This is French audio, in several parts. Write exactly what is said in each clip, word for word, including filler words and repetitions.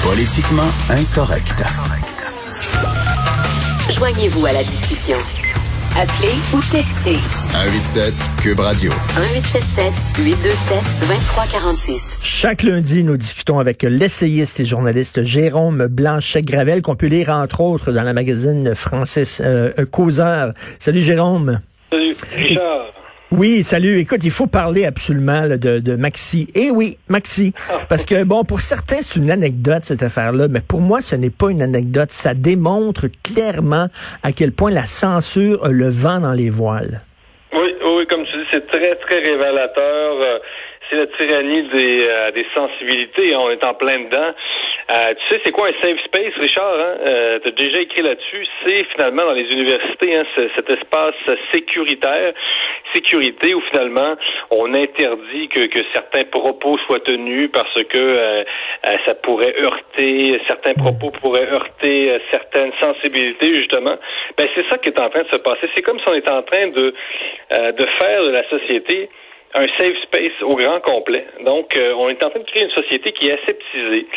Politiquement incorrect. Joignez-vous à la discussion. Appelez ou textez. un huit sept Cube Radio. un huit sept sept huit deux sept deux trois quatre six. Chaque lundi, nous discutons avec l'essayiste et journaliste Jérôme Blanchet-Gravel, qu'on peut lire entre autres dans la magazine Francis euh, Causeur. Salut Jérôme. Salut Richard. Oui, salut. Écoute, il faut parler absolument là, de, de Maxi. Eh oui, Maxi. Parce que, bon, pour certains, c'est une anecdote, cette affaire-là, mais pour moi, ce n'est pas une anecdote. Ça démontre clairement à quel point la censure a le vent dans les voiles. Oui, oui, comme tu dis, c'est très, très révélateur. C'est la tyrannie des, euh, des sensibilités. On est en plein dedans. Euh, tu sais, c'est quoi un safe space, Richard? Hein? Euh, tu as déjà écrit là-dessus. C'est finalement dans les universités, hein, cet espace sécuritaire, sécurité où finalement on interdit que, que certains propos soient tenus parce que euh, euh, ça pourrait heurter, certains propos pourraient heurter euh, certaines sensibilités, justement. Ben c'est ça qui est en train de se passer. C'est comme si on était en train de, euh, de faire de la société un safe space au grand complet. Donc, euh, on est en train de créer une société qui est aseptisée,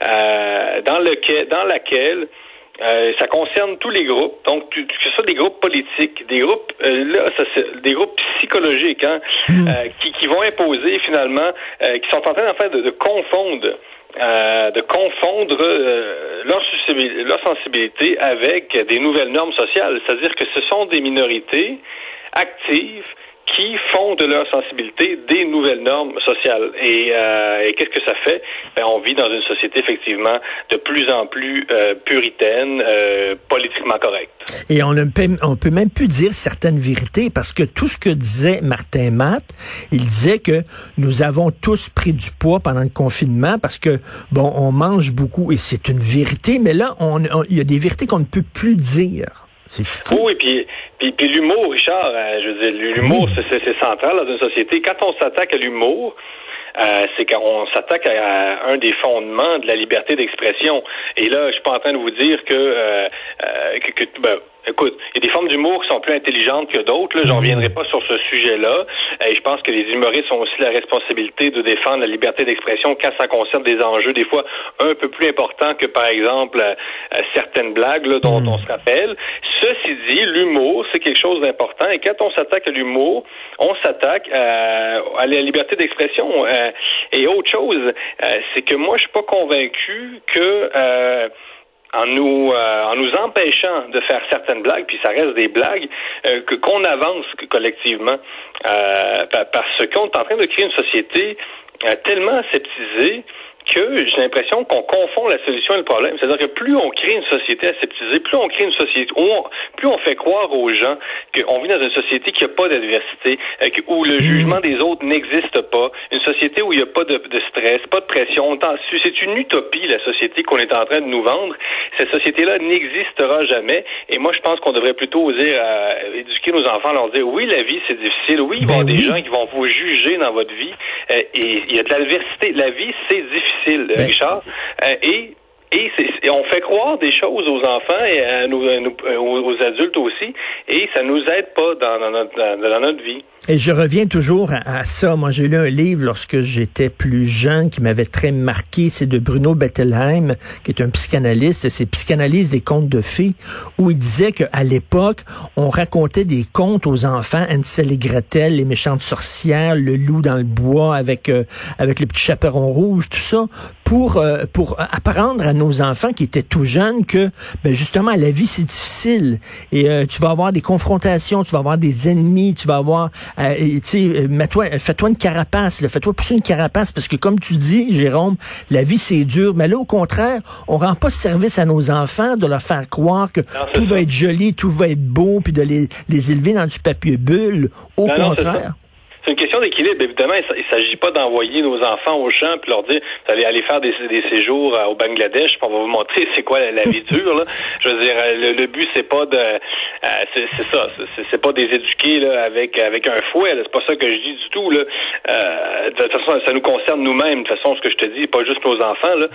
euh, dans lequel, dans laquelle euh, ça concerne tous les groupes. Donc, que ce soit des groupes politiques, des groupes, euh, là, ça, c'est des groupes psychologiques, hein, mmh. euh, qui, qui vont imposer finalement, euh, qui sont en train en fait de, de confondre. Euh, de confondre euh, leur, leur sensibilité avec des nouvelles normes sociales. C'est-à-dire que ce sont des minorités actives qui font de leur sensibilité des nouvelles normes sociales. Et, euh, et qu'est-ce que ça fait? Ben, on vit dans une société, effectivement, de plus en plus euh, puritaine, euh, politiquement correcte. Et on ne peut, on peut même plus dire certaines vérités, parce que tout ce que disait Martin Matt, il disait que nous avons tous pris du poids pendant le confinement, parce que, bon, on mange beaucoup, et c'est une vérité, mais là, on, on, il y a des vérités qu'on ne peut plus dire. C'est fou. Oui, puis, puis, puis l'humour, Richard, euh, je veux dire, l'humour, oui. c'est, c'est central dans une société. Quand on s'attaque à l'humour, euh, c'est qu'on s'attaque à, à un des fondements de la liberté d'expression. Et là, je suis pas en train de vous dire que, euh, euh, que, que ben, écoute, il y a des formes d'humour qui sont plus intelligentes que d'autres. Là, j'en reviendrai pas sur ce sujet-là. Et je pense que les humoristes ont aussi la responsabilité de défendre la liberté d'expression quand ça concerne des enjeux des fois un peu plus importants que, par exemple, euh, certaines blagues là, dont mmh. on se rappelle. Ceci dit, l'humour, c'est quelque chose d'important. Et quand on s'attaque à l'humour, on s'attaque à, à la liberté d'expression. Euh, et autre chose, euh, c'est que moi, je suis pas convaincu que... Euh, en nous euh, en nous empêchant de faire certaines blagues, puis ça reste des blagues, euh, que, qu'on avance collectivement, euh, parce qu'on est en train de créer une société euh, tellement aseptisée que j'ai l'impression qu'on confond la solution et le problème. C'est-à-dire que plus on crée une société aseptisée, plus on crée une société, où on, plus on fait croire aux gens qu'on vit dans une société qui n'a pas d'adversité, euh, où le jugement des autres n'existe pas, une société où il n'y a pas de, de stress, pas de pression. C'est une utopie, la société qu'on est en train de nous vendre. Cette société-là n'existera jamais. Et moi, je pense qu'on devrait plutôt oser euh, éduquer nos enfants, leur dire, oui, la vie, c'est difficile. Oui, il va y avoir des gens qui vont vous juger dans votre vie. Euh, et il y a de l'adversité. La vie, c'est difficile. Ben, Richard, euh, et, et, c'est, et on fait croire des choses aux enfants et à nous, à nous, aux adultes aussi, et ça nous aide pas dans, dans, notre, dans, dans notre vie. Et je reviens toujours à, à ça. Moi, j'ai lu un livre lorsque j'étais plus jeune qui m'avait très marqué. C'est de Bruno Bettelheim, qui est un psychanalyste. C'est Psychanalyse des contes de fées, où il disait qu'à l'époque, on racontait des contes aux enfants, Hansel et Gretel, les méchantes sorcières, le loup dans le bois avec euh, avec le petit chaperon rouge, tout ça, pour euh, pour apprendre à nos enfants qui étaient tout jeunes que, ben justement, la vie c'est difficile et euh, tu vas avoir des confrontations, tu vas avoir des ennemis, tu vas avoir Euh, tu sais, mets-toi, fais-toi une carapace, là, fais-toi pousser une carapace, parce que comme tu dis, Jérôme, la vie c'est dur, mais là au contraire, on rend pas service à nos enfants de leur faire croire que non, tout ça. va être joli, tout va être beau, puis de les, les élever dans du papier bulle. Au non, contraire. Non, c'est une question d'équilibre, évidemment. Il ne s'agit pas d'envoyer nos enfants au champ puis leur dire vous allez aller faire des, des séjours au Bangladesh, puis on va vous montrer c'est quoi la, la vie dure. Là. Je veux dire, le, le but c'est pas de, euh, c'est, c'est ça, c'est, c'est pas des éduquer là avec avec un fouet. Là. C'est pas ça que je dis du tout. Là. Euh, de toute façon, ça nous concerne nous-mêmes. De toute façon, ce que je te dis, pas juste nos enfants. Là.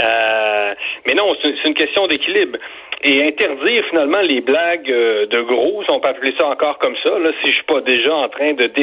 Euh, mais non, c'est, c'est une question d'équilibre. Et interdire finalement les blagues euh, de gros, si on peut appeler ça encore comme ça, là, si je suis pas déjà en train de déroger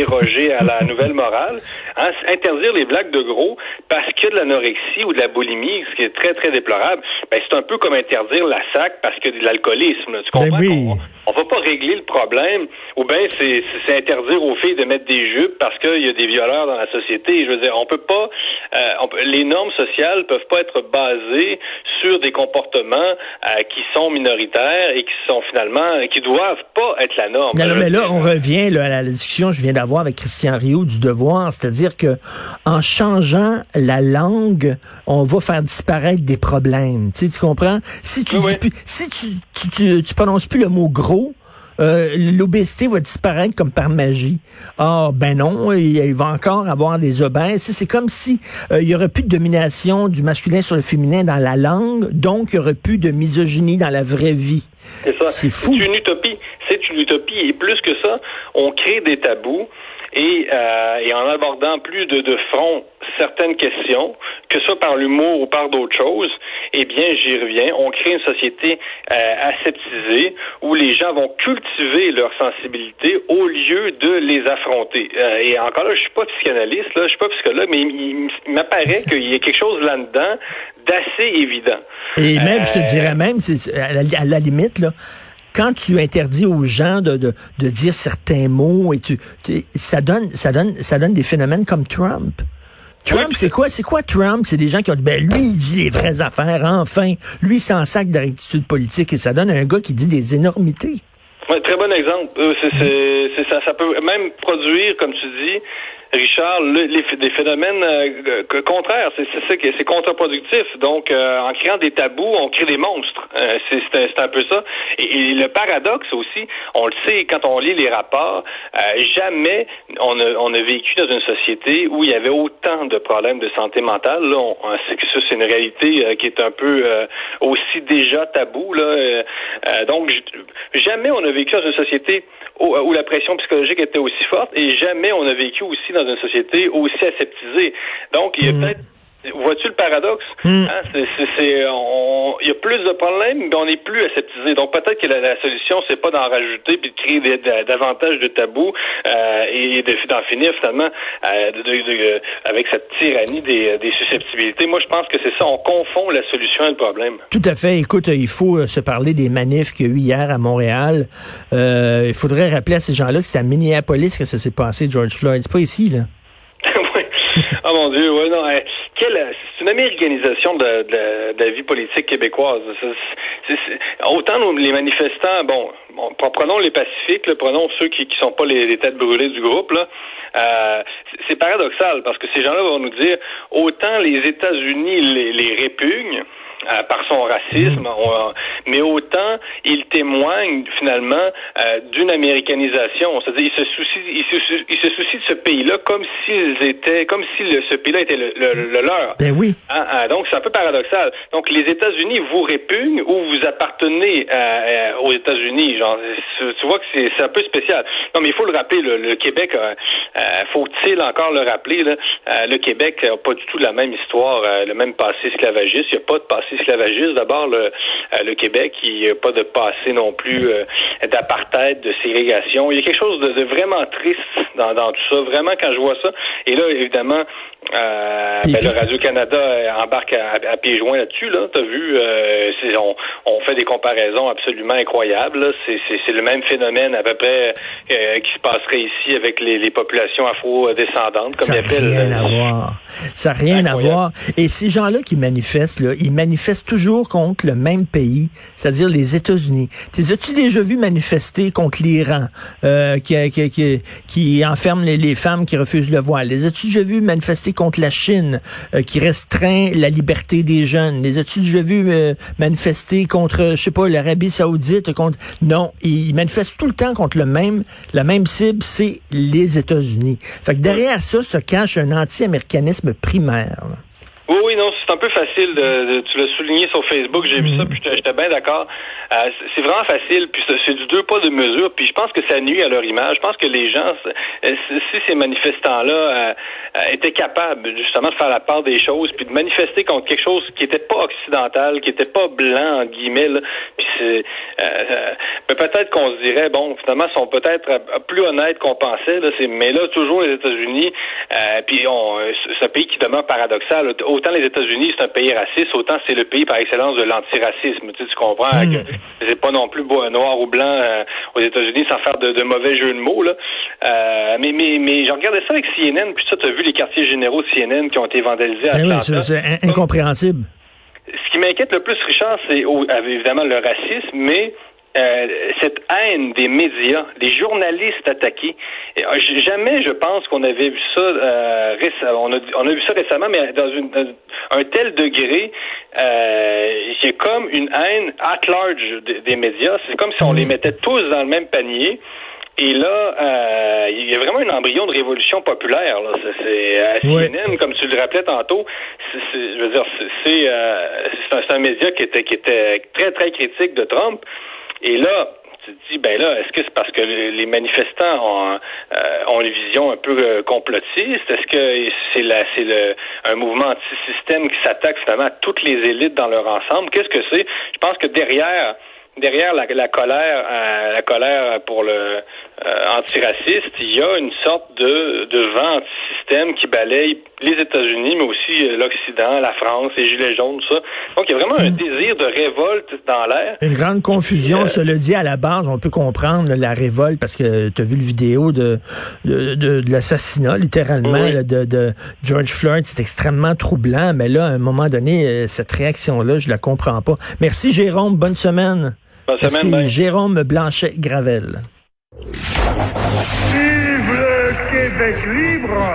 et à la nouvelle morale. Hein, interdire les blagues de gros parce qu'il y a de l'anorexie ou de la boulimie, ce qui est très, très déplorable, ben, c'est un peu comme interdire la sac parce qu'il y a de l'alcoolisme. Là. Tu comprends? Ben oui. qu'on, on va pas régler le problème, ou bien c'est, c'est interdire aux filles de mettre des jupes parce qu'il y a des violeurs dans la société. Je veux dire, on peut pas, euh, on peut, les normes sociales peuvent pas être basées sur des comportements euh, qui sont minoritaires et qui sont finalement, qui doivent pas être la norme. Non, non, mais là, on revient là, à la discussion que je viens d'avoir avec Christian Rioux du Devoir, c'est-à-dire que en changeant la langue, on va faire disparaître des problèmes. Tu sais, tu comprends? Si tu oui, dis oui. plus, si tu, tu, tu, tu prononces plus le mot gros, Euh, l'obésité va disparaître comme par magie. Ah, ben non, il, il va encore avoir des obèses. C'est comme si euh, il y aurait plus de domination du masculin sur le féminin dans la langue, donc il y aurait plus de misogynie dans la vraie vie. C'est ça. C'est fou. C'est une utopie. C'est une utopie. Et plus que ça, on crée des tabous et, euh, et en abordant plus de, de front certaines questions, que ce soit par l'humour ou par d'autres choses, eh bien, j'y reviens, on crée une société euh, aseptisée où les gens vont cultiver leur sensibilité au lieu de les affronter. Euh, et encore là, je suis pas psychanalyste, là, je suis pas psychologue, mais il, il, il m'apparaît qu'il y a quelque chose là-dedans d'assez évident. Et même, euh, je te dirais même, c'est, à, la, à la limite, là, quand tu interdis aux gens de, de, de dire certains mots, et tu, tu, ça donne, ça donne, ça donne des phénomènes comme Trump. Trump, oui, c'est quoi, c'est quoi Trump? C'est des gens qui ont dit, ben, lui, il dit les vraies affaires, enfin. Lui, il s'en sac de rectitude politique et ça donne un gars qui dit des énormités. Oui, très bon exemple. Euh, c'est, c'est, c'est, ça, ça peut même produire, comme tu dis, Richard, le, les, des phénomènes euh, contraires. C'est, c'est, c'est, c'est contre-productif. Donc, euh, en créant des tabous, on crée des monstres. Euh, c'est, c'est, un, c'est un peu ça. Et, et le paradoxe aussi, on le sait quand on lit les rapports, euh, jamais on a, on a vécu dans une société où il y avait autant de problèmes de santé mentale. Là, on, on sait que ça, c'est une réalité euh, qui est un peu euh, aussi déjà tabou. Là. Euh, euh, donc, j- jamais on a vécu dans une société où, où la pression psychologique était aussi forte et jamais on a vécu aussi dans une société aussi aseptisée. Donc, il y a mmh. peut-être... Vois-tu le paradoxe? Mmh. Hein, c'est, c'est, c'est, on, il y a plus de problèmes, mais on n'est plus aseptisé. Donc, peut-être que la, la solution, c'est pas d'en rajouter puis de créer des, de, davantage de tabous euh, et de, d'en finir finalement euh, de, de, de, avec cette tyrannie des, des susceptibilités. Moi, je pense que c'est ça. On confond la solution et le problème. Tout à fait. Écoute, il faut se parler des manifs qu'il y a eu hier à Montréal. Euh, il faudrait rappeler à ces gens-là que c'est à Minneapolis que ça s'est passé, George Floyd. C'est pas ici, là. Oui. Oh mon Dieu, ouais, non. Hein, quelle, c'est une américanisation de, de, de la vie politique québécoise. C'est, c'est, c'est, autant nous, les manifestants, bon, bon, prenons les pacifiques, là, prenons ceux qui, qui sont pas les, les têtes brûlées du groupe, là. Euh, c'est paradoxal parce que ces gens-là vont nous dire autant les États-Unis les, les répugnent euh, par son racisme, on, mais autant ils témoignent finalement euh, d'une américanisation. C'est-à-dire ils se soucient, ils se, ils se soucient de ce pays-là comme s'ils étaient, comme si le, ce pays-là était le, le, le leur. Ben oui. Hein, hein, donc c'est un peu paradoxal. Donc les États-Unis vous répugnent ou vous appartenez euh, euh, aux États-Unis. Genre, tu vois que c'est, c'est un peu spécial. Non, mais il faut le rappeler. Le, le Québec, euh, euh, faut-il encore le rappeler là, euh, le Québec n'a pas du tout la même histoire, euh, le même passé esclavagiste. Il n'y a pas de passé esclavagiste. D'abord, le, euh, le Québec, il n'y a pas de passé non plus euh, d'apartheid, de ségrégation. Il y a quelque chose de, de vraiment triste dans, dans tout ça. Vraiment, quand je vois ça. Et là, évidemment, euh, ben, le Radio-Canada embarque à, à, à pieds joints là-dessus. Là. Tu as vu, euh, c'est, on, on fait des comparaisons absolument incroyables. Là. C'est, c'est, c'est le même phénomène à peu près euh, qui se passerait ici avec les, les populations afro-descendantes. Comme ça n'a rien à voir. Ça n'a rien incroyable. à voir. Et ces gens-là qui manifestent, là, ils manifestent toujours contre le même pays, c'est-à-dire les États-Unis. T'es as-tu déjà vu manifester contre l'Iran, euh, qui, qui, qui, qui enferme les, les femmes qui refusent le voile? Les as-tu déjà vu manifester contre la Chine, euh, qui restreint la liberté des jeunes? Les as-tu déjà vu euh, manifester contre, je sais pas, l'Arabie Saoudite? Contre... Non, ils manifestent tout le temps contre le même, la même cible, c'est les États-Unis. Fait que derrière ça se cache un anti-américanisme primaire. Là. Oui, oui, non, c'est un peu facile. De, de tu l'as souligné sur Facebook, j'ai vu ça, puis j'étais bien d'accord. Euh, c'est vraiment facile, puis c'est du deux pas deux mesures, puis je pense que ça nuit à leur image. Je pense que les gens, si ces manifestants-là euh, euh, étaient capables justement de faire la part des choses, puis de manifester contre quelque chose qui était pas occidental, qui était pas blanc, en guillemets, là, puis c'est euh, euh, peut-être qu'on se dirait, bon, finalement, ils sont peut-être plus honnêtes qu'on pensait, là, c'est, mais là, toujours les États-Unis, euh, puis on, c'est un pays qui demeure paradoxal. Là. Autant les États-Unis, c'est un pays raciste, autant c'est le pays par excellence de l'antiracisme. Tu sais, tu comprends mmh. que c'est pas non plus noir ou blanc euh, aux États-Unis sans faire de, de mauvais jeux de mots. Là. Euh, mais mais mais je regardais ça avec C N N, puis ça, tu as vu les quartiers généraux de C N N qui ont été vandalisés à ben Atlanta. Oui, c'est, c'est incompréhensible. Ce qui m'inquiète le plus, Richard, c'est oh, évidemment le racisme, mais Euh, cette haine des médias, des journalistes attaqués. Et, euh, jamais, je pense qu'on avait vu ça. Euh, récemment. On a, on a vu ça récemment, mais dans, une, dans un tel degré, euh, il y a comme une haine at large des, des médias. C'est comme si on les mettait tous dans le même panier. Et là, euh, il y a vraiment un embryon de révolution populaire. Là. C'est, c'est à C N N, ouais. Comme tu le rappelais tantôt. C'est, c'est, je veux dire, c'est, c'est, euh, c'est, un, c'est un média qui était, qui était très très critique de Trump. Et là, tu te dis, ben là, est-ce que c'est parce que les manifestants ont, euh, ont une vision un peu euh, complotiste? Est-ce que c'est, la, c'est le, un mouvement anti-système qui s'attaque finalement à toutes les élites dans leur ensemble? Qu'est-ce que c'est? Je pense que derrière... Derrière la, la colère, euh, la colère pour le euh, antiraciste, il y a une sorte de, de vent anti-système qui balaye les États-Unis, mais aussi euh, l'Occident, la France, les Gilets jaunes, tout ça. Donc, il y a vraiment un désir de révolte dans l'air. Une grande confusion, euh, cela dit, à la base, on peut comprendre là, la révolte, parce que tu as vu le vidéo de, de, de, de l'assassinat, littéralement, oui. là, de, de George Floyd. C'est extrêmement troublant, mais là, à un moment donné, cette réaction-là, je la comprends pas. Merci, Jérôme. Bonne semaine. Merci, ben. Jérôme Blanchet-Gravel. Vive le Québec libre!